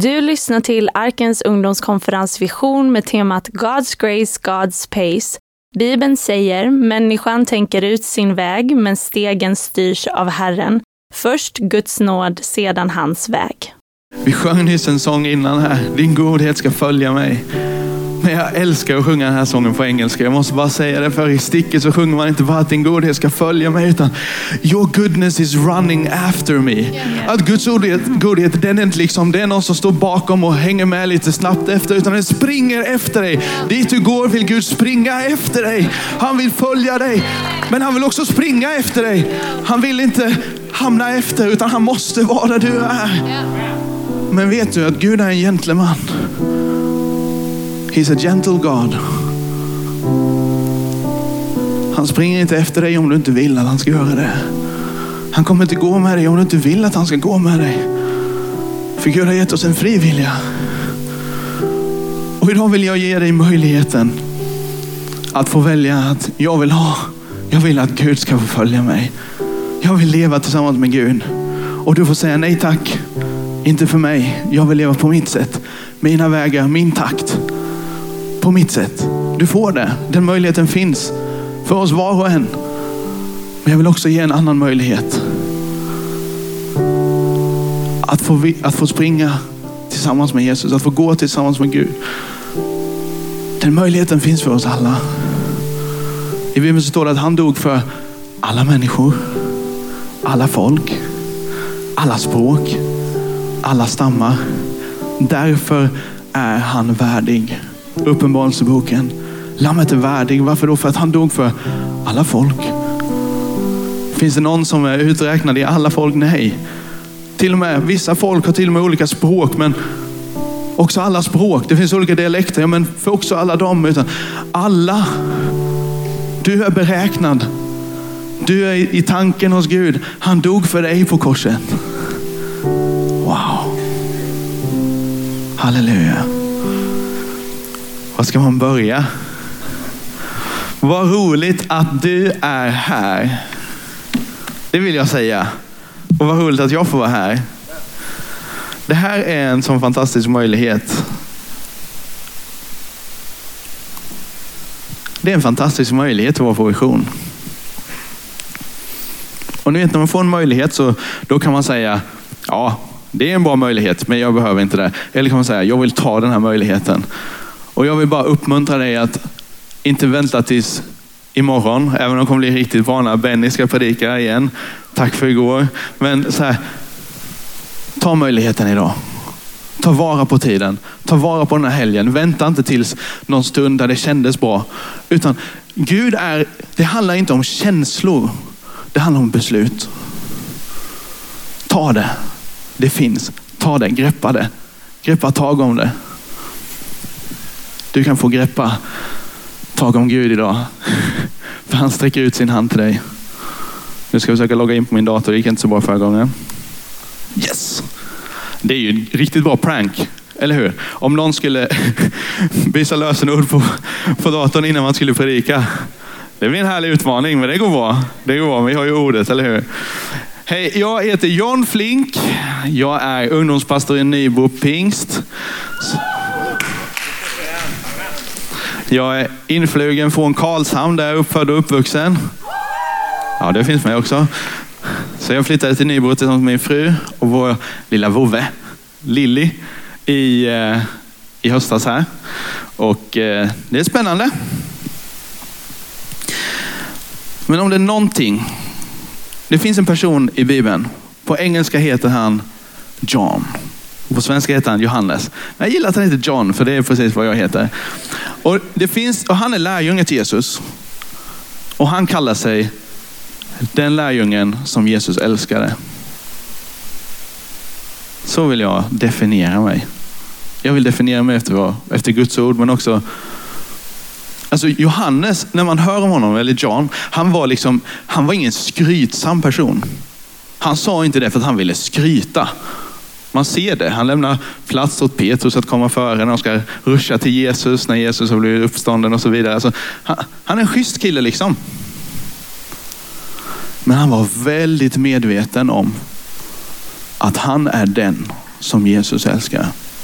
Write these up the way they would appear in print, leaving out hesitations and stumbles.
Du lyssnar till Arkens ungdomskonferens Vision med temat God's Grace, God's Pace. Bibeln säger, människan tänker ut sin väg, men stegen styrs av Herren. Först Guds nåd, sedan hans väg. Vi sjöng nyss en sång innan här. Din godhet ska följa mig. Men jag älskar att sjunga den här sången på engelska. Jag måste bara säga det, för i sticket så sjunger man inte bara att din godhet ska följa mig, utan your goodness is running after me. Att Guds godhet, den är inte liksom, det är någon som står bakom och hänger med lite snabbt efter, utan den springer efter dig. Dit du går vill Gud springa efter dig. Han vill följa dig, men han vill också springa efter dig. Han vill inte hamna efter, utan han måste vara där du är. Men vet du att Gud är en gentleman? He's a gentle God. Han springer inte efter dig om du inte vill att han ska göra det. Han kommer inte gå med dig om du inte vill att han ska gå med dig. För Gud har gett oss en fri vilja. Och idag vill jag ge dig möjligheten att få välja att jag vill att Gud ska få följa mig. Jag vill leva tillsammans med Gud. Och du får säga nej tack. Inte för mig. Jag vill leva på mitt sätt. Mina vägar, min takt. På mitt sätt. Du får det. Den möjligheten finns för oss var och en. Men jag vill också ge en annan möjlighet. Att få springa tillsammans med Jesus. Att få gå tillsammans med Gud. Den möjligheten finns för oss alla. I Bibeln så står det att han dog för alla människor. Alla folk. Alla språk. Alla stammar. Därför är han värdig. Uppenbarelseboken. Lammet är värdig. Varför då? För att han dog för alla folk. Finns det någon som är uträknad i alla folk? Nej. Till och med vissa folk har till och med olika språk, men också alla språk. Det finns olika dialekter, men för också alla dem. Utan alla. Du är beräknad. Du är i tanken hos Gud. Han dog för dig på korset. Wow. Halleluja. Var ska man börja? Vad roligt att du är här. Det vill jag säga. Och vad roligt att jag får vara här. Det här är en sån fantastisk möjlighet. Det är en fantastisk möjlighet att vara på Vision. Och ni vet, när man får en möjlighet så då kan man säga, ja, det är en bra möjlighet, men jag behöver inte det. Eller kan man säga, jag vill ta den här möjligheten. Och jag vill bara uppmuntra dig att inte vänta tills imorgon, även om de kommer bli riktigt bra när Benny ska predika igen. Tack för igår. Men så här, ta möjligheten idag. Ta vara på tiden. Ta vara på den här helgen. Vänta inte tills någon stund där det kändes bra. Utan Gud det handlar inte om känslor. Det handlar om beslut. Ta det. Det finns. Ta det. Greppa det. Greppa tag om det. Du kan få greppa tag om Gud idag. För han sträcker ut sin hand till dig. Nu ska jag försöka logga in på min dator. Det gick inte så bra förra gången. Yes! Det är ju en riktigt bra prank. Eller hur? Om någon skulle visa lösenord på datorn innan man skulle predika. Det blir en härlig utmaning, men det går bra. Det går bra, vi har ju ordet, eller hur? Hej, jag heter John Flink. Jag är ungdomspastor i Nybro Pingst. Jag är influgen från Karlshamn där jag är uppfödd och uppvuxen. Ja, det finns mig också. Så jag flyttade till Nybro tillsammans med min fru och vår lilla vovve, Lilly, i höstas här. Och det är spännande. Men om det är någonting. Det finns en person i Bibeln. På engelska heter han John. På svenska heter han Johannes. Men jag gillar att han heter John, för det är precis vad jag heter. Och han är lärjunge till Jesus. Och han kallar sig den lärjungen som Jesus älskade. Så vill jag definiera mig. Jag vill definiera mig efter Guds ord, men också alltså Johannes, när man hör om honom, eller John, han var ingen skrytsam person. Han sa inte det för att han ville skryta. Man ser det. Han lämnar plats åt Petrus att komma före när de ska ruscha till Jesus när Jesus har blivit uppstånden och så vidare. Alltså, han är en schysst kille liksom. Men han var väldigt medveten om att han är den som Jesus älskar.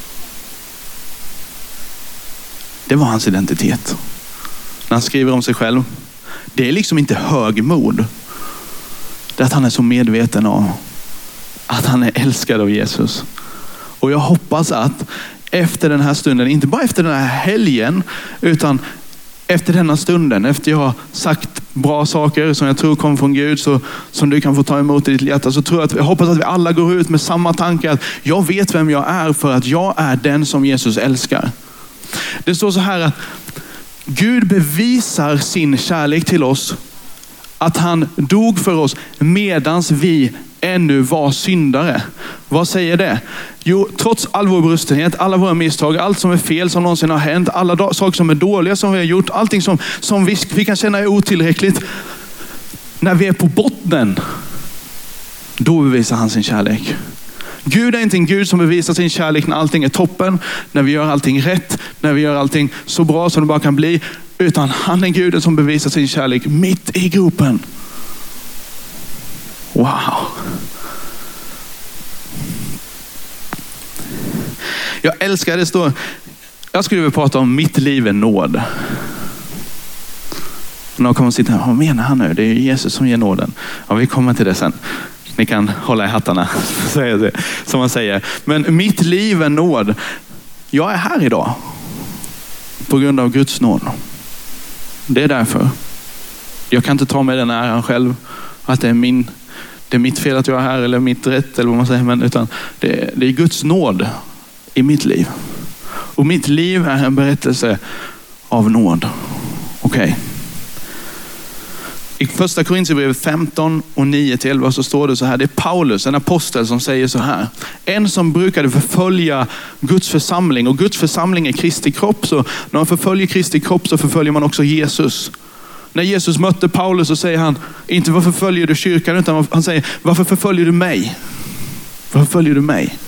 Det var hans identitet. När han skriver om sig själv. Det är liksom inte högmod. Det är att han är så medveten om att han är älskad av Jesus. Och jag hoppas att efter den här stunden, inte bara efter den här helgen, utan efter denna stunden, efter jag har sagt bra saker som jag tror kommer från Gud, så som du kan få ta emot i ditt hjärta, så tror jag hoppas att vi alla går ut med samma tanke, att jag vet vem jag är för att jag är den som Jesus älskar. Det står så här att Gud bevisar sin kärlek till oss, att han dog för oss medans vi ännu var syndare. Vad säger det? Jo, trots all vår brustenhet, alla våra misstag, allt som är fel som någonsin har hänt, alla saker som är dåliga som vi har gjort, allting som vi kan känna är otillräckligt. När vi är på botten, då bevisar han sin kärlek. Gud är inte en Gud som bevisar sin kärlek när allting är toppen, när vi gör allting rätt, när vi gör allting så bra som det bara kan bli. Utan han är Guden som bevisar sin kärlek mitt i gropen. Wow. Jag älskar det står. Jag skulle vilja prata om mitt liv är nåd. Någon kommer att sitta här. Vad menar han nu? Det är Jesus som ger nåden. Ja, vi kommer till det sen. Ni kan hålla i hattarna. Som man säger. Men mitt liv är nåd. Jag är här idag. På grund av Guds nåd. Det är därför. Jag kan inte ta mig den äran själv. Att det är mitt fel att jag är här. Eller mitt rätt. Eller vad man säger. Men utan det är Guds nåd i mitt liv. Och mitt liv är en berättelse av nåd. Okej. I första Korinthierbrevet 15 och 9-11 så står det så här. Det är Paulus, en apostel, som säger så här. En som brukade förfölja Guds församling. Och Guds församling är Kristi kropp. Så när man förföljer Kristi kropp så förföljer man också Jesus. När Jesus mötte Paulus så säger han, inte varför förföljer du kyrkan, utan han säger, varför förföljer du mig? Varför förföljer du mig?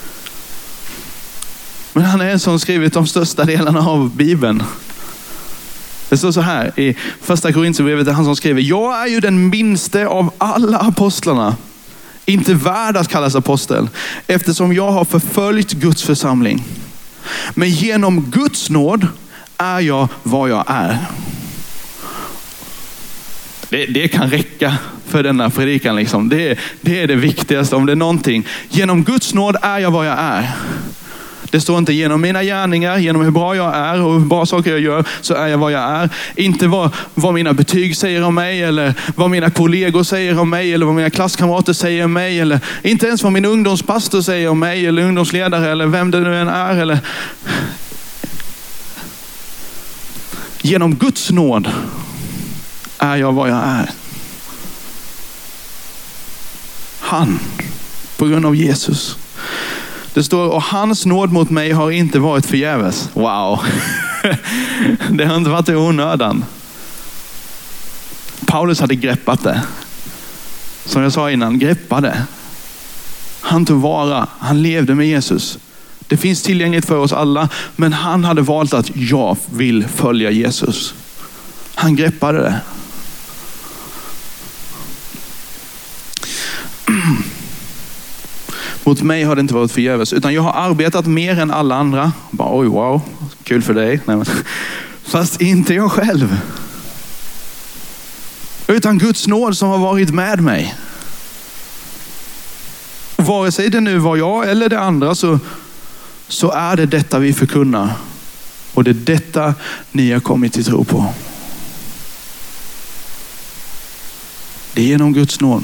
Men han är en som skrivit de största delarna av Bibeln. Det står så här i första Korinthierbrevet, där han som skriver, jag är ju den minste av alla apostlarna. Inte värd att kallas apostel, eftersom jag har förföljt Guds församling. Men genom Guds nåd är jag vad jag är. Det kan räcka för denna predikan liksom. Det är det viktigaste, om det är någonting. Genom Guds nåd är jag vad jag är. Det står inte genom mina gärningar, genom hur bra jag är och hur bra saker jag gör, så är jag vad jag är. Inte vad mina betyg säger om mig, eller vad mina kollegor säger om mig, eller vad mina klasskamrater säger om mig, eller inte ens vad min ungdomspastor säger om mig, eller ungdomsledare, eller vem det nu än är. Eller... Genom Guds nåd är jag vad jag är. Han, på grund av Jesus. Det står, och hans nåd mot mig har inte varit förgäves. Wow. Det har inte varit i onödan. Paulus hade greppat det. Som jag sa innan, greppade. Han tog vara. Han levde med Jesus. Det finns tillgängligt för oss alla. Men han hade valt att jag vill följa Jesus. Han greppade det. Mot mig har det inte varit förgäves, utan jag har arbetat mer än alla andra. Bara, oj, wow, kul för dig. Nej, men. Fast inte jag själv. Utan Guds nåd som har varit med mig. Och vare sig det nu var jag eller det andra, så är det detta vi förkunnar. Och det är detta ni har kommit till tro på. Det är genom Guds nåd.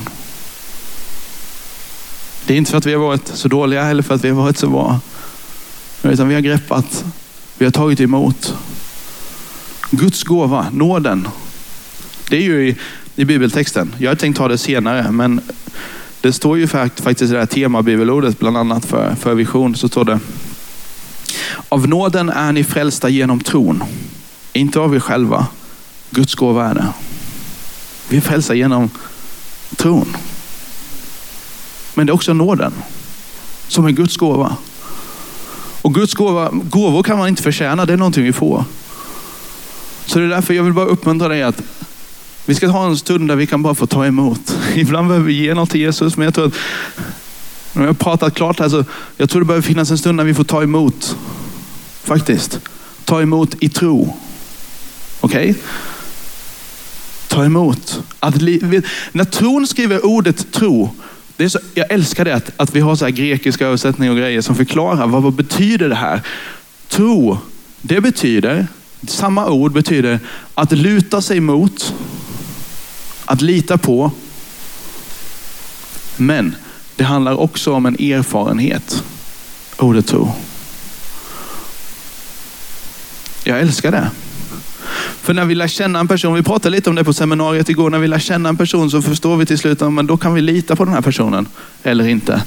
Det är inte för att vi har varit så dåliga eller för att vi har varit så bra. Utan vi har greppat. Vi har tagit emot. Guds gåva, nåden. Det är ju i bibeltexten. Jag har tänkt ta det senare. Men det står ju faktiskt i det här temabibelordet. Bland annat för vision så står det. Av nåden är ni frälsta genom tron. Inte av er själva. Guds gåva är det. Vi är frälsta genom tron. Men det är också nåden som är Guds gåva. Och Guds gåvor kan man inte förtjäna. Det är någonting vi får. Så det är därför jag vill bara uppmuntra dig att vi ska ha en stund där vi kan bara få ta emot. Ibland behöver vi ge något till Jesus. Men jag tror att när jag har pratat klart här, så jag tror det behöver finnas en stund när vi får ta emot. Faktiskt. ta emot i tro. Okej? Ta emot. När tron skriver ordet tro, det är så, jag älskar det att vi har så här grekiska översättningar och grejer som förklarar vad betyder det här. Tro, det betyder, samma ord betyder att luta sig mot, att lita på. Men det handlar också om en erfarenhet. Ordet tro. Jag älskar det. För när vi lär känna en person, vi pratade lite om det på seminariet igår, när vi lär känna en person så förstår vi till slut att men då kan vi lita på den här personen eller inte.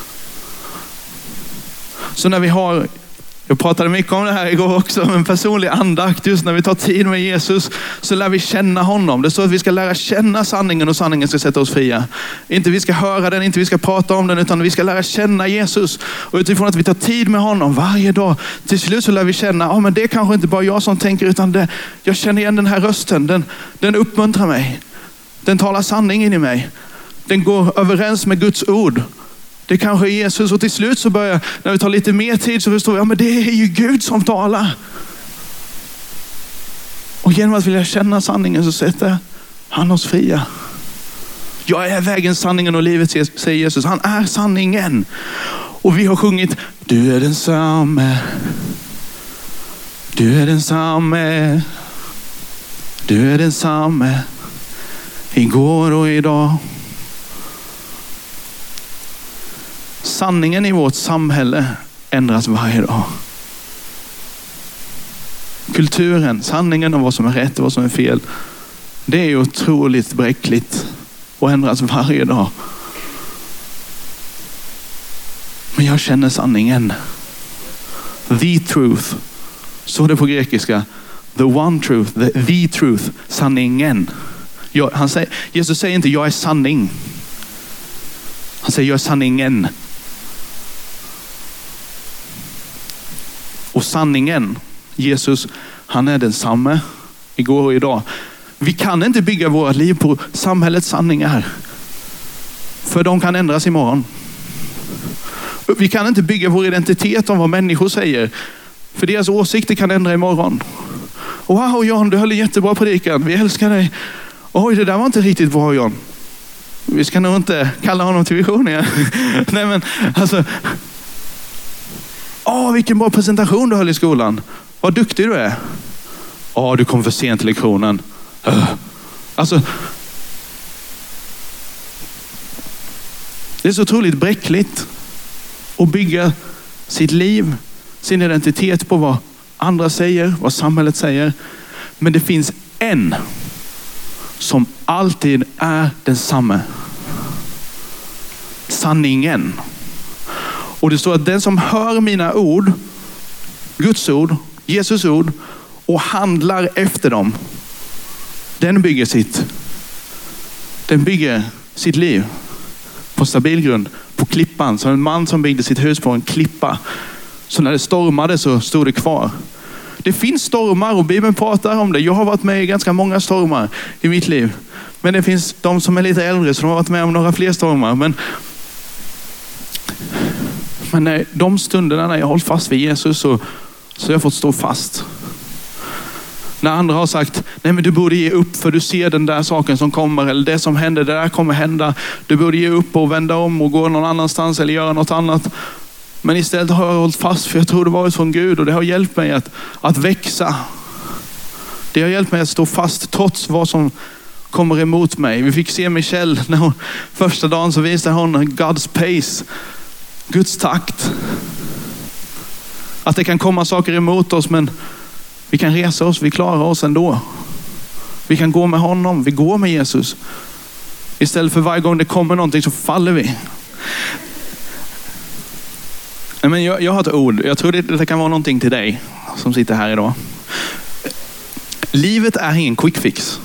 Så när vi har, jag pratade mycket om det här igår också, en personlig andakt, just när vi tar tid med Jesus så lär vi känna honom. Det är så att vi ska lära känna sanningen och sanningen ska sätta oss fria. Inte vi ska höra den, inte vi ska prata om den, utan vi ska lära känna Jesus. Och utifrån att vi tar tid med honom varje dag, till slut så lär vi känna, men det är kanske inte bara jag som tänker, utan jag känner igen den här rösten. Den uppmuntrar mig. Den talar sanning in i mig. Den går överens med Guds ord. Det kanske är Jesus, och till slut så börjar, när vi tar lite mer tid så förstår vi, men det är ju Gud som talar. Och genom att vilja känna sanningen så sätter han oss fria. Jag är vägen, sanningen och livet, säger Jesus. Han är sanningen. Och vi har sjungit, du är densamme. Du är densamme. Du är densamme. Igår och idag. Sanningen i vårt samhälle ändras varje dag. Kulturen, sanningen om vad som är rätt och vad som är fel, det är ju otroligt bräckligt och ändras varje dag. Men jag känner sanningen. The truth. Så det på grekiska. The one truth. The truth. Sanningen. Jesus säger inte jag är sanning. Han säger jag är sanningen. Och sanningen, Jesus, han är densamme igår och idag. Vi kan inte bygga våra liv på samhällets sanningar. För de kan ändras imorgon. Vi kan inte bygga vår identitet om vad människor säger. För deras åsikter kan ändra imorgon. Wow John, du höll en jättebra predikan. Vi älskar dig. Oj, det där var inte riktigt bra John. Vi ska nog inte kalla honom till visionen. Nej men alltså... vilken bra presentation du höll i skolan. Vad duktig du är. Du kom för sent till lektionen. Alltså. Det är så otroligt bräckligt att bygga sitt liv, sin identitet på vad andra säger, vad samhället säger. Men det finns en som alltid är densamme. Sanningen. Och det står att den som hör mina ord, Guds ord, Jesus ord, och handlar efter dem, den bygger sitt liv på stabil grund, på klippan. Som en man som byggde sitt hus på en klippa. Så när det stormade så stod det kvar. Det finns stormar och Bibeln pratar om det. Jag har varit med i ganska många stormar i mitt liv. Men det finns de som är lite äldre så de har varit med om några fler stormar. Men när de stunderna när jag hållit fast vid Jesus så har jag fått stå fast. När andra har sagt, nej men du borde ge upp för du ser den där saken som kommer. Eller det som händer, det där kommer hända. Du borde ge upp och vända om och gå någon annanstans eller göra något annat. Men istället har jag hållit fast för jag tror det varit från Gud. Och det har hjälpt mig att växa. Det har hjälpt mig att stå fast trots vad som kommer emot mig. Vi fick se Michelle när hon, första dagen så visade hon God's pace. Guds takt. Att det kan komma saker emot oss men vi kan resa oss, vi klarar oss ändå. Vi kan gå med honom, vi går med Jesus. Istället för varje gång det kommer någonting så faller vi. Men jag har ett ord, jag tror det kan vara någonting till dig som sitter här idag. Livet är ingen quick fix.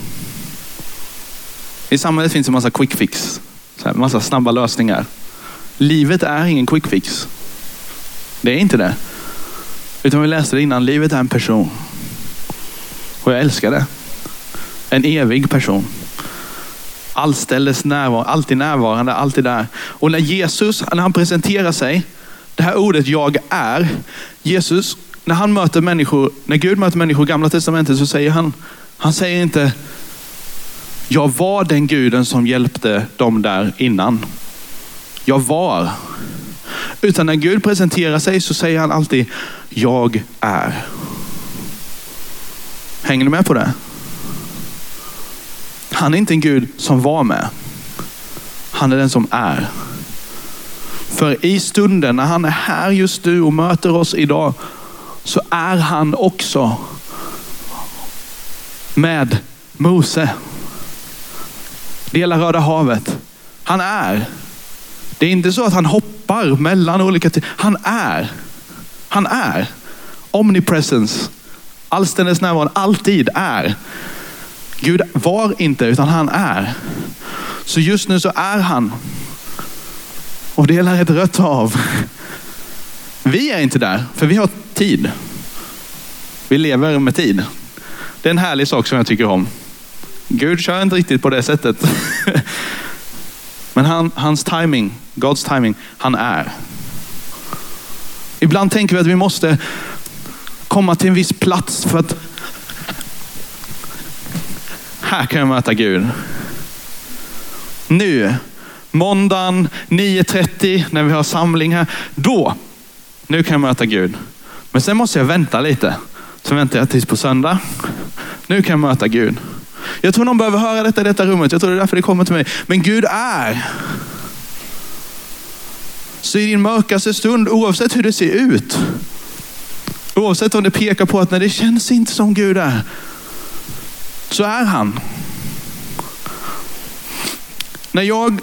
I samhället finns en massa quick fix. En massa snabba lösningar. Livet är ingen quick fix. Det är inte det. Utan vi läste det innan. Livet är en person. Och jag älskar det. En evig person. Allställes närvarande. Alltid närvarande. Alltid där. Och när Jesus, när han presenterar sig. Det här ordet jag är. Jesus när han möter människor, när Gud möter människor i Gamla testamentet, så säger han säger inte jag var den guden som hjälpte dem där innan. Jag var. Utan när Gud presenterar sig så säger han alltid jag är. Hänger ni med på det? Han är inte en Gud som var med. Han är den som är. För i stunden när han är här just nu och möter oss idag, så är han också med Mose. Delar Röda havet. Han är. Det är inte så att han hoppar mellan olika Han är. Han är. Omnipresence. Allständes närvaro. Alltid är. Gud var inte, utan han är. Så just nu så är han. Och delar ett rött hav. Vi är inte där, för vi har tid. Vi lever med tid. Det är en härlig sak som jag tycker om. Gud kör inte riktigt på det sättet. Men hans timing, Guds timing, han är. Ibland tänker vi att vi måste komma till en viss plats för att här kan jag möta Gud. Nu, måndagen 9:30 när vi har samling här, nu kan jag möta Gud. Men sen måste jag vänta lite. Så väntar jag tills på söndag. Nu kan jag möta Gud. Jag tror någon behöver höra detta i detta rummet. Jag tror det är därför det kommer till mig. Men Gud är. Så i din mörkaste stund, oavsett hur det ser ut, oavsett om det pekar på att när det känns inte som Gud är, så är han. Jag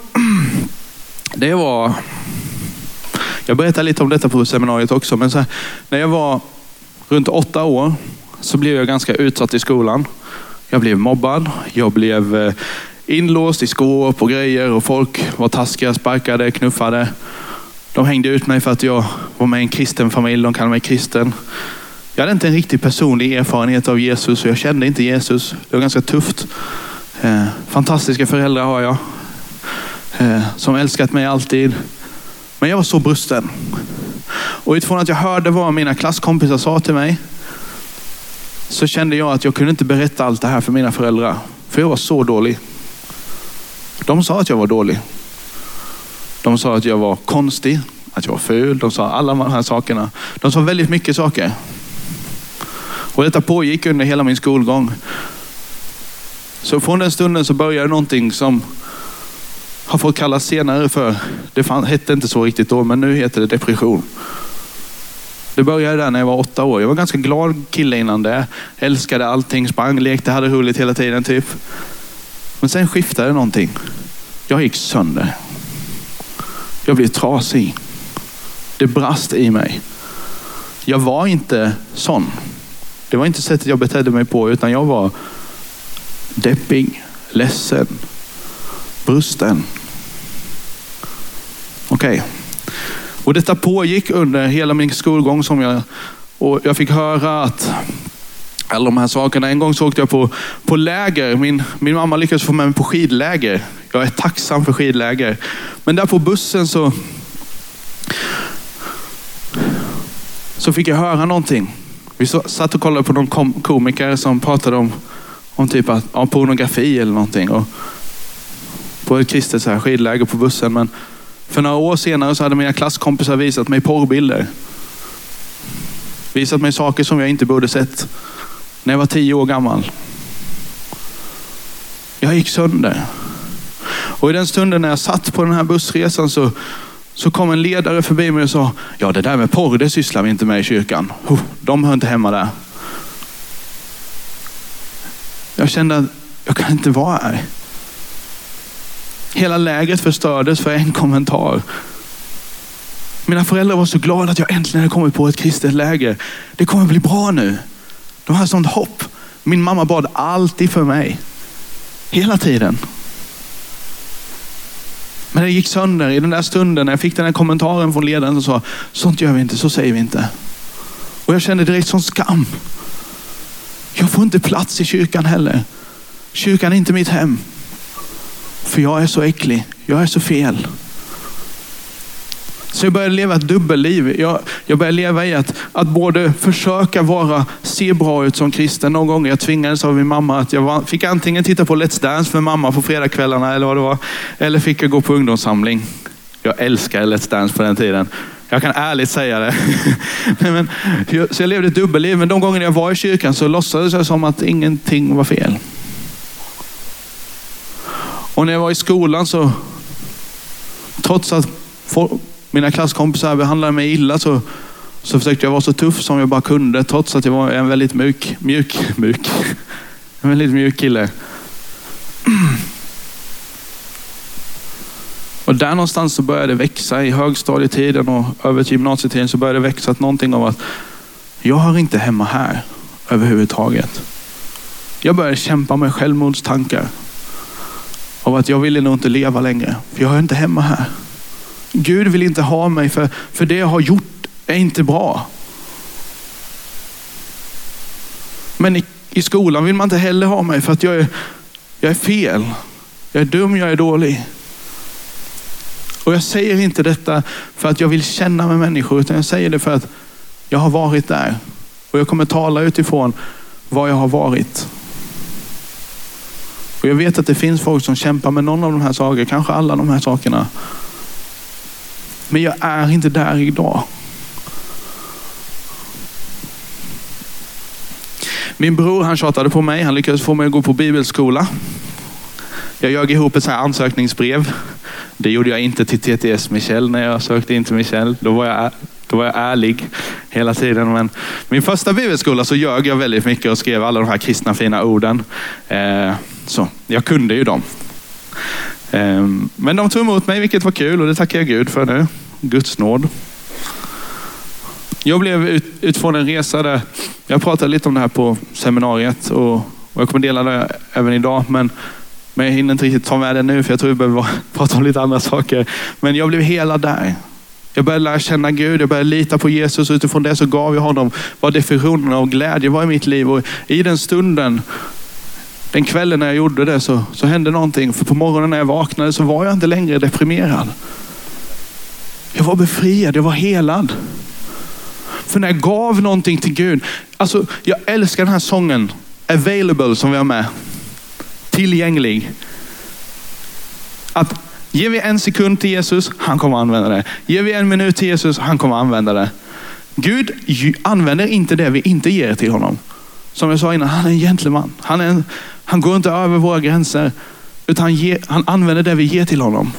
berättade lite om detta på seminariet också, men så här, när jag var runt 8 år så blev jag ganska utsatt i skolan. Jag blev mobbad, jag blev inlåst i skåp och grejer och folk var taskiga, sparkade, knuffade. De hängde ut mig för att jag var med i en kristen familj, de kallade mig kristen. Jag hade inte en riktig personlig erfarenhet av Jesus och jag kände inte Jesus. Det var ganska tufft. Fantastiska föräldrar har jag. Som älskat mig alltid. Men jag var så brusten. Och utifrån att jag hörde vad mina klasskompisar sa till mig, så kände jag att jag kunde inte berätta allt det här för mina föräldrar. För jag var så dålig. De sa att jag var dålig. De sa att jag var konstig, att jag var ful. De sa alla de här sakerna. De sa väldigt mycket saker. Och detta pågick under hela min skolgång. Så från den stunden så började någonting som har fått kallas senare för, det hette inte så riktigt då, men nu heter det depression. Det började där när jag var 8 år. Jag var en ganska glad kille innan det. Älskade allting, sprang, lekte, hade roligt hela tiden typ. Men sen skiftade någonting. Jag gick sönder. Jag blev trasig. Det brast i mig. Jag var inte sån. Det var inte sättet jag betedde mig på, utan jag var deppig, ledsen, brusten. Okej. Och detta pågick under hela min skolgång och jag fick höra att alla de här sakerna. En gång så åkte jag på läger. Min mamma lyckades få med mig på skidläger. Jag är tacksam för skidläger. Men där på bussen så fick jag höra någonting. Vi satt och kollade på någon komiker som pratade om typ pornografi eller någonting. Och på ett kristet så här skidläger på bussen. Men för några år senare så hade mina klasskompisar visat mig porrbilder. Visat mig saker som jag inte borde sett när jag var 10 år gammal. Jag gick sönder. Och i den stunden när jag satt på den här bussresan så kom en ledare förbi mig och sa: ja, det där med porr, det sysslar vi inte med i kyrkan. De hör inte hemma där. Jag kände att jag kan inte vara här. Hela lägret förstördes för en kommentar. Mina föräldrar var så glada att jag äntligen hade kommit på ett kristet läger. Det kommer bli bra nu. De hade sånt hopp. Min mamma bad alltid för mig. Hela tiden. Men det gick sönder i den där stunden när jag fick den här kommentaren från ledaren som sa: sånt gör vi inte, så säger vi inte. Och jag kände direkt sån skam. Jag får inte plats i kyrkan heller. Kyrkan är inte mitt hem. För jag är så äcklig. Jag är så fel. Så jag började leva ett dubbelliv. Jag började leva i att både försöka se bra ut som kristen. Någon gång jag tvingades av min mamma att jag fick antingen titta på Let's Dance med mamma på fredagskvällarna eller vad det var. Eller fick jag gå på ungdomssamling. Jag älskar Let's Dance på den tiden. Jag kan ärligt säga det. Så jag levde ett dubbelliv. Men de gånger jag var i kyrkan så låtsades jag som att ingenting var fel. Och när jag var i skolan så, trots att mina klasskompisar behandlade mig illa så försökte jag vara så tuff som jag bara kunde. Trots att jag var en väldigt mjuk en väldigt mjuk kille. Och där någonstans så började det växa i högstadietiden och över till gymnasietiden så började det växa någonting av att jag hör inte hemma här överhuvudtaget. Jag började kämpa med självmordstankar. Av att jag ville nog inte leva längre. För jag hör inte hemma här. Gud vill inte ha mig för det jag har gjort är inte bra. Men i skolan vill man inte heller ha mig för att jag är fel. Jag är dum, jag är dålig. Och jag säger inte detta för att jag vill känna med människor, utan jag säger det för att jag har varit där. Och jag kommer tala utifrån vad jag har varit. Och jag vet att det finns folk som kämpar med någon av de här sakerna, kanske alla de här sakerna. Men jag är inte där idag. Min bror, han tjatade på mig. Han lyckades få mig att gå på bibelskola. Jag ljög ihop ett så här ansökningsbrev. Det gjorde jag inte till TTS Michel när jag sökte in till Michel. Då var jag ärlig hela tiden. Men min första bibelskola så ljög jag väldigt mycket och skrev alla de här kristna fina orden. Så jag kunde ju dem. Men de tog emot mig, vilket var kul, och det tackar jag Gud för nu. Guds nåd. Jag blev utifrån en resa där jag pratade lite om det här på seminariet och jag kommer dela det även idag, men jag hinner inte riktigt ta med det nu för jag tror vi behöver prata om lite andra saker. Men jag blev hela där. Jag började lära känna Gud, jag började lita på Jesus och utifrån det så gav jag honom vad definitionen av glädje var i mitt liv. Och i den stunden, den kvällen när jag gjorde det så hände någonting. För på morgonen när jag vaknade så var jag inte längre deprimerad. Jag var befriad, jag var helad. För när jag gav någonting till Gud. Alltså jag älskar den här sången Available som vi har med. Tillgänglig. Att ger vi 1 sekund till Jesus, han kommer att använda det. Ger vi 1 minut till Jesus, han kommer att använda det. Gud använder inte det vi inte ger till honom. Som jag sa innan, han är en gentleman. Han går inte över våra gränser. Utan han använder det vi ger till honom.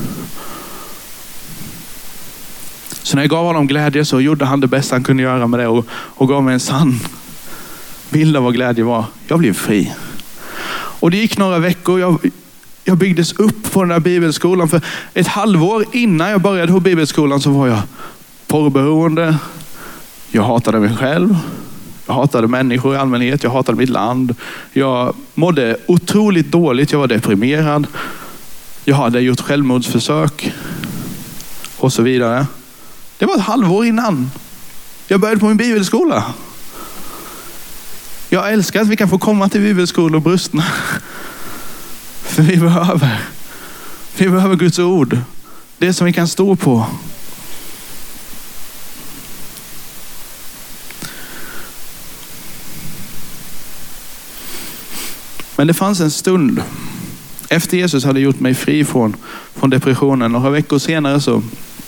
Så när jag gav honom glädje så gjorde han det bästa han kunde göra med det. Och gav mig en sann bild av vad glädje var. Jag blev fri. Och det gick några veckor. Jag byggdes upp på den där bibelskolan. För ett halvår innan jag började på bibelskolan så var jag porrberoende. Jag hatade mig själv. Jag hatade människor i allmänhet. Jag hatade mitt land. Jag mådde otroligt dåligt. Jag var deprimerad. Jag hade gjort självmordsförsök. Och så vidare. Det var ett halvår innan jag började på min bibelskola. Jag älskar att vi kan få komma till bibelskola och brustna. För vi behöver Guds ord. Det som vi kan stå på. Men det fanns en stund efter Jesus hade gjort mig fri från depressionen. Några veckor senare så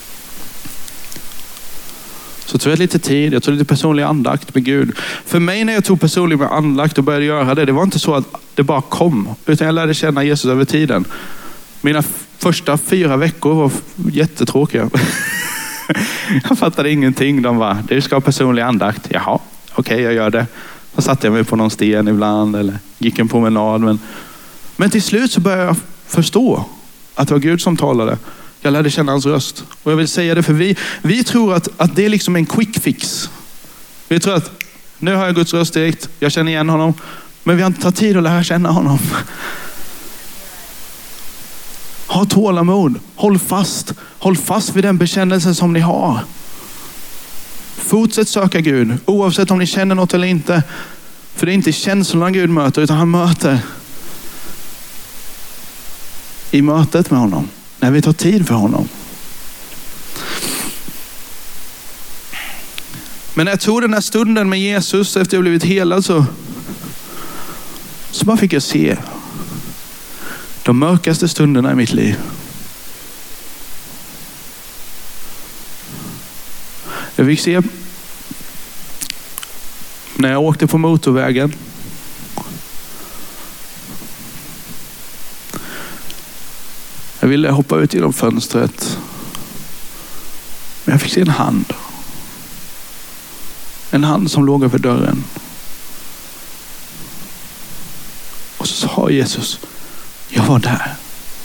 tog jag lite tid. Jag tog lite personlig andakt med Gud. För mig när jag tog personlig andakt och började göra det var inte så att det bara kom. Utan jag lärde känna Jesus över tiden. Mina första 4 veckor var jättetråkiga. Jag fattade ingenting. De var, du ska ha personlig andakt. Jaha, okej, jag gör det. Så satte jag mig på någon sten ibland eller gick en promenad. Men till slut så började jag förstå att det var Gud som talade. Jag lärde känna hans röst. Och jag vill säga det för vi tror att det är liksom en quick fix. Vi tror att nu har jag Guds röst direkt. Jag känner igen honom. Men vi har inte tagit tid att lära känna honom. Ha tålamod. Håll fast. Håll fast vid den bekännelsen som ni har. Fortsätt söka Gud. Oavsett om ni känner något eller inte. För det är inte känslorna Gud möter. Utan han möter. I mötet med honom. När vi tar tid för honom. Men när jag tog den här stunden med Jesus efter jag blivit helad så bara fick jag se de mörkaste stunderna i mitt liv. Jag fick se när jag åkte på motorvägen. Jag ville hoppa ut genom fönstret. Men jag fick se en hand. En hand som låg över dörren. Och så sa Jesus, jag var där.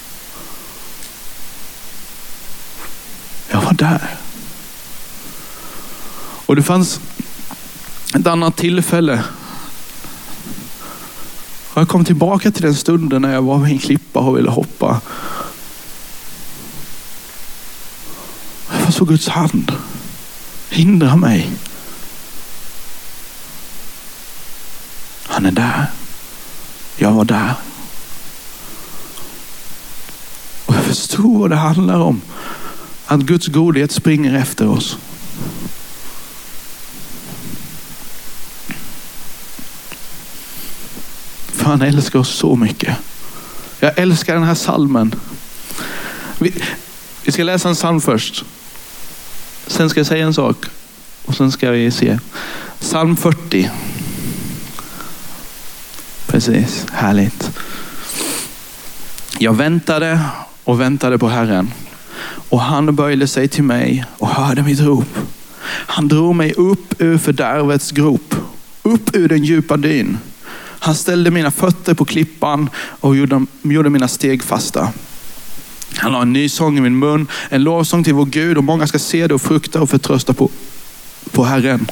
Jag var där. Och det fanns ett annat tillfälle. Och jag kom tillbaka till den stunden när jag var vid en klippa och ville hoppa. Jag såg Guds hand hindra mig. Han är där. Jag var där. Och jag förstod vad det handlar om. Att Guds godhet springer efter oss. För han älskar oss så mycket. Jag älskar den här salmen. Vi ska läsa en psalm först. Sen ska jag säga en sak. Och sen ska vi se. Psalm 40. Precis, härligt. Jag väntade och väntade på Herren. Och han böjde sig till mig och hörde mitt rop. Han drog mig upp ur fördärvets grop. Upp ur den djupa dyn. Han ställde mina fötter på klippan och gjorde mina steg fasta. Han la en ny sång i min mun. En lovsång till vår Gud, och många ska se det och frukta och förtrösta på Herren.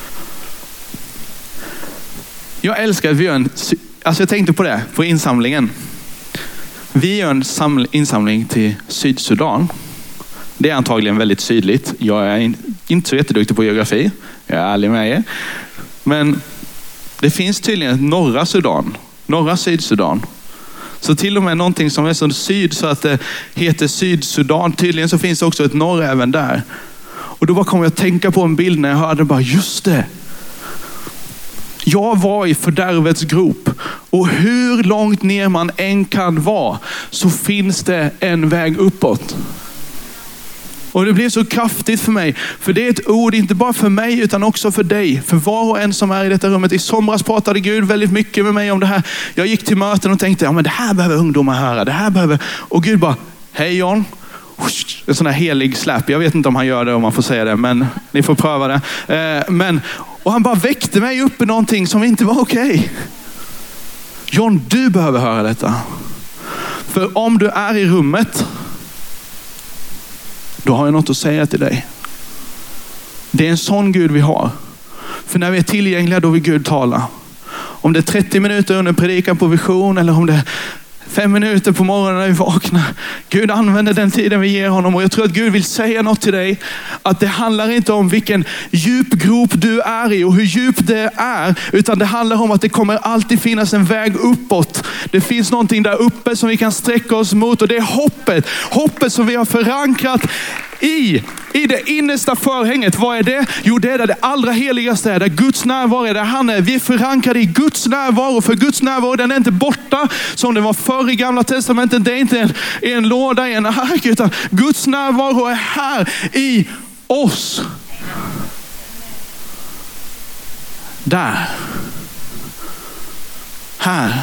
Jag älskar att vi gör jag tänkte på det, på insamlingen. Vi gör en insamling till Sydsudan. Det är antagligen väldigt sydligt. Jag är inte så jätteduktig på geografi. Jag är ärlig med er. Men det finns tydligen norra Sudan. Norra Sydsudan. Så till och med någonting som är så syd så att det heter Sydsudan. Tydligen så finns det också ett norr även där. Och då bara kom jag att tänka på en bild när jag hörde bara, just det. Jag var i fördärvets grop. Och hur långt ner man än kan vara så finns det en väg uppåt. Och det blev så kraftigt för mig. För det är ett ord inte bara för mig utan också för dig. För var och en som är i detta rummet. I somras pratade Gud väldigt mycket med mig om det här. Jag gick till möten och tänkte, ja men det här behöver ungdomar höra. Det här behöver... Och Gud bara, hej John. En sån här helig släpp. Jag vet inte om han gör det, om man får säga det. Men ni får pröva det. Och han bara väckte mig upp i någonting som inte var okej. John, du behöver höra detta. För om du är i rummet, då har jag något att säga till dig. Det är en sån Gud vi har. För när vi är tillgängliga, då vill Gud tala. Om det är 30 minuter under predikan på vision, eller om det är 5 minuter på morgonen när vi vaknar. Gud använder den tiden vi ger honom. Och jag tror att Gud vill säga något till dig. Att det handlar inte om vilken djupgrop du är i och hur djup det är. Utan det handlar om att det kommer alltid finnas en väg uppåt. Det finns någonting där uppe som vi kan sträcka oss mot. Och det är hoppet. Hoppet som vi har förankrat i det innersta förhänget. Vad är det? Jo, det är där det allra heligaste är. Där Guds närvaro är. Där han är. Vi är förankrade i Guds närvaro. För Guds närvaro, den är inte borta som det var förr i Gamla testamentet. Det är inte en låda i en ark. Utan Guds närvaro är här i oss. Där. Här.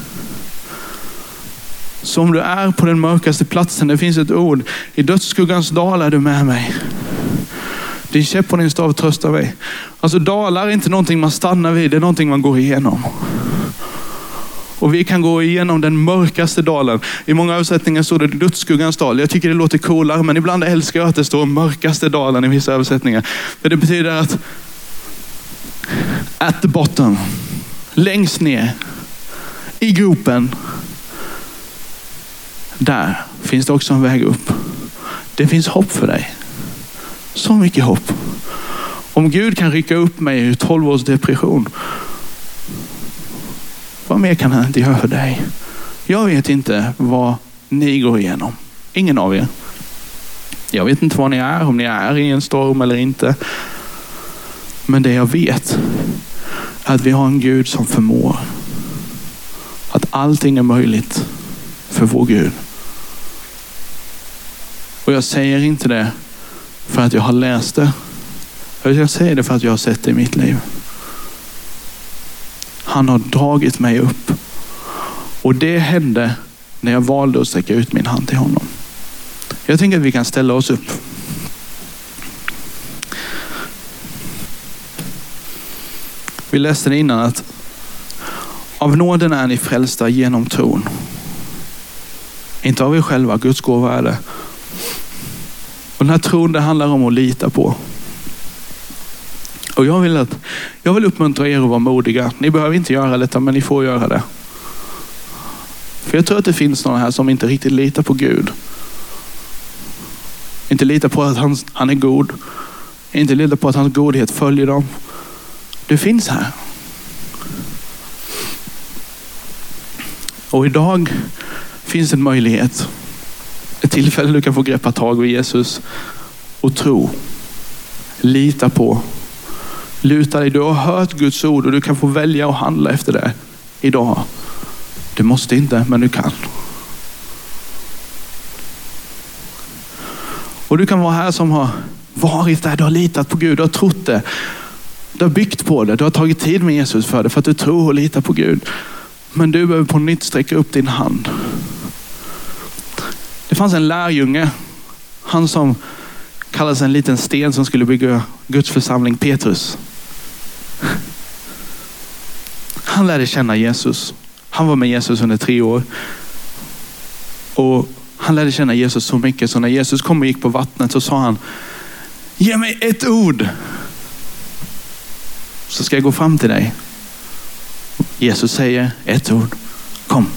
Så om du är på den mörkaste platsen, det finns ett ord. I dödsskuggans dal är du med mig. Din käpp och din stav tröstar mig. Alltså dalar är inte någonting man stannar vid. Det är någonting man går igenom. Och vi kan gå igenom den mörkaste dalen. I många översättningar står det dödsskuggans dal. Jag tycker det låter coolare, men ibland älskar jag att det står mörkaste dalen i vissa översättningar. För det betyder att at the bottom, längst ner, i gropen, där finns det också en väg upp. Det finns hopp för dig. Så mycket hopp. Om Gud kan rycka upp mig ur 12 års depression, vad mer kan han inte göra för dig? Jag vet inte vad ni går igenom. Ingen av er. Jag vet inte vad ni är, om ni är i en storm eller inte. Men det jag vet är att vi har en Gud som förmår. Att allting är möjligt för vår Gud. Och jag säger inte det för att jag har läst det. Jag säger det för att jag har sett det i mitt liv. Han har dragit mig upp. Och det hände när jag valde att sträcka ut min hand till honom. Jag tänker att vi kan ställa oss upp. Vi läste det innan att av nåden är ni frälsta genom tron. Inte av er själva, Guds gåva är det. Och den här tron, det handlar om att lita på. Och jag vill uppmuntra er att vara modiga. Ni behöver inte göra detta, men ni får göra det. För jag tror att det finns några här som inte riktigt litar på Gud. Inte litar på att han är god. Inte litar på att hans godhet följer dem. Det finns här. Och idag finns en möjlighet. Ett tillfälle du kan få greppa tag vid Jesus och tro. Lita på. Luta dig. Du har hört Guds ord och du kan få välja att handla efter det idag. Du måste inte, men du kan. Och du kan vara här som har varit där. Du har litat på Gud. Du har trott det. Du har byggt på det. Du har tagit tid med Jesus för det. För att du tror och litar på Gud. Men du behöver på nytt sträcka upp din hand. Det fanns en lärjunge. Han som kallades en liten sten som skulle bygga Guds församling, Petrus. Han lärde känna Jesus. Han var med Jesus under 3 år. Och han lärde känna Jesus så mycket. Så när Jesus kom och gick på vattnet så sa han: ge mig ett ord. Så ska jag gå fram till dig. Jesus säger ett ord. Kom.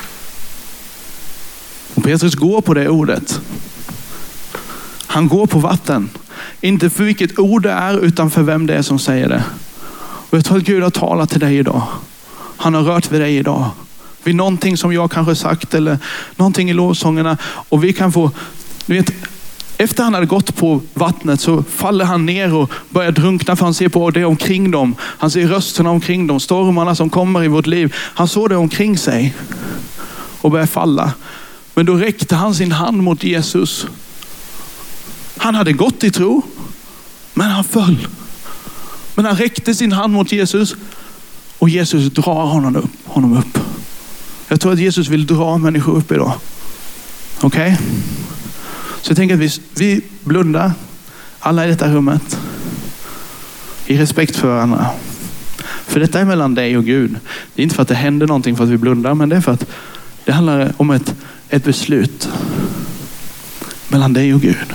Och Petrus går på det ordet. Han går på vatten. Inte för vilket ord det är utan för vem det är som säger det. Och jag tror att Gud har talat till dig idag. Han har rört vid dig idag. Vid någonting som jag kanske sagt eller någonting i lovsångerna. Och vi kan få, du vet, efter han hade gått på vattnet så faller han ner och börjar drunkna, för han ser på det omkring dem. Han ser rösterna omkring dem, stormarna som kommer i vårt liv. Han såg det omkring sig och börjar falla. Men då räckte han sin hand mot Jesus. Han hade gått i tro, men han föll. Men han räckte sin hand mot Jesus och Jesus drar honom upp. Jag tror att Jesus vill dra människor upp idag. Okej? Okay? Så jag tänker att vi blundar, alla i detta rummet, i respekt för varandra. För detta är mellan dig och Gud. Det är inte för att det händer någonting för att vi blundar, men det är för att det handlar om ett beslut mellan dig och Gud.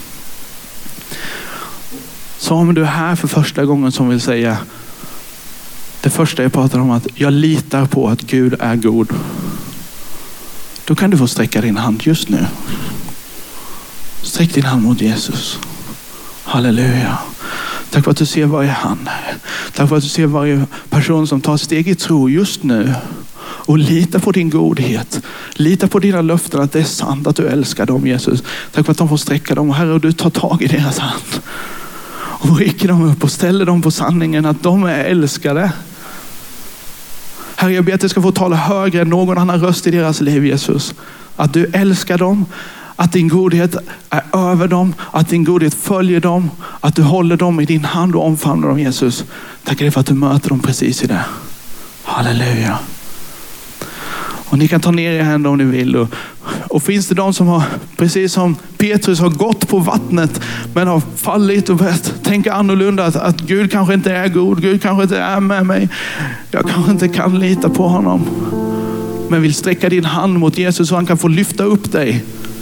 Så om du är här för första gången som vill säga det första jag pratar om, att jag litar på att Gud är god. Då kan du få sträcka din hand just nu. Sträck din hand mot Jesus. Halleluja. Tack för att du ser varje hand. Tack för att du ser varje person som tar steg i tro just nu. Och lita på din godhet. Lita på dina löften att det är sant att du älskar dem, Jesus. Tack för att de får sträcka dem. Herre, och du tar tag i deras hand. Och rycker dem upp och ställer dem på sanningen att de är älskade. Herre, jag ber att du ska få tala högre än någon annan röst i deras liv, Jesus. Att du älskar dem. Att din godhet är över dem. Att din godhet följer dem. Att du håller dem i din hand och omfamnar dem, Jesus. Tack dig för att du möter dem precis i det. Halleluja. Och ni kan ta ner er händer om ni vill. Och finns det de som har, precis som Petrus, har gått på vattnet men har fallit och börjat tänka annorlunda. Att Gud kanske inte är god. Gud kanske inte är med mig. Jag kanske inte kan lita på honom. Men vill sträcka din hand mot Jesus så han kan få lyfta upp dig.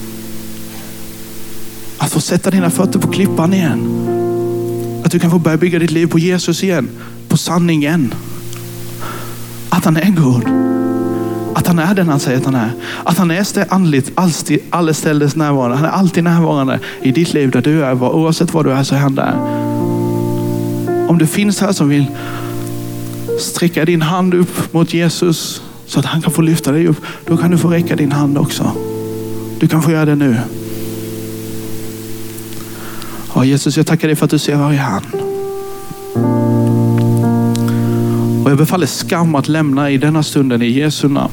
Att få sätta dina fötter på klippan igen. Att du kan få börja bygga ditt liv på Jesus igen. På sanningen. Att han är god. Att han är den han säger att han är. Att han är andligt alleställes närvarande. Han är alltid närvarande i ditt liv där du är. Oavsett vad du är så är han där. Om du finns här som vill sträcka din hand upp mot Jesus så att han kan få lyfta dig upp. Då kan du få räcka din hand också. Du kan få göra det nu. Ja, Jesus, jag tackar dig för att du ser varje hand. Jag befaller skam att lämna i denna stunden i Jesu namn.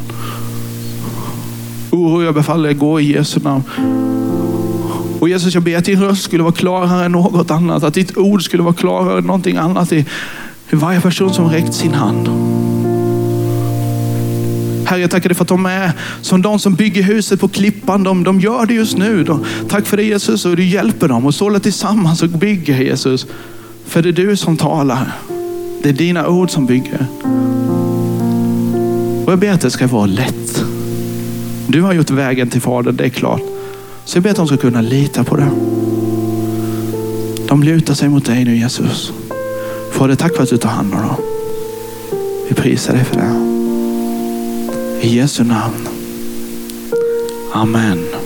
Oro jag befaller gå i Jesu namn. Och Jesus, jag ber att din röst skulle vara klarare än något annat. Att ditt ord skulle vara klarare än någonting annat i varje person som räckt sin hand. Herre, jag tackar dig för att de är som de som bygger huset på klippan. De gör det just nu. Tack för det Jesus, och du hjälper dem. Och så tillsammans och bygger Jesus. För det är du som talar. Det är dina ord som bygger. Och jag ber att det ska vara lätt. Du har gjort vägen till Fadern, det är klart. Så jag ber att de ska kunna lita på det. De lutar sig mot dig nu Jesus. Fader, tack för att du tar hand om dem. Vi prisar dig för det. I Jesu namn. Amen.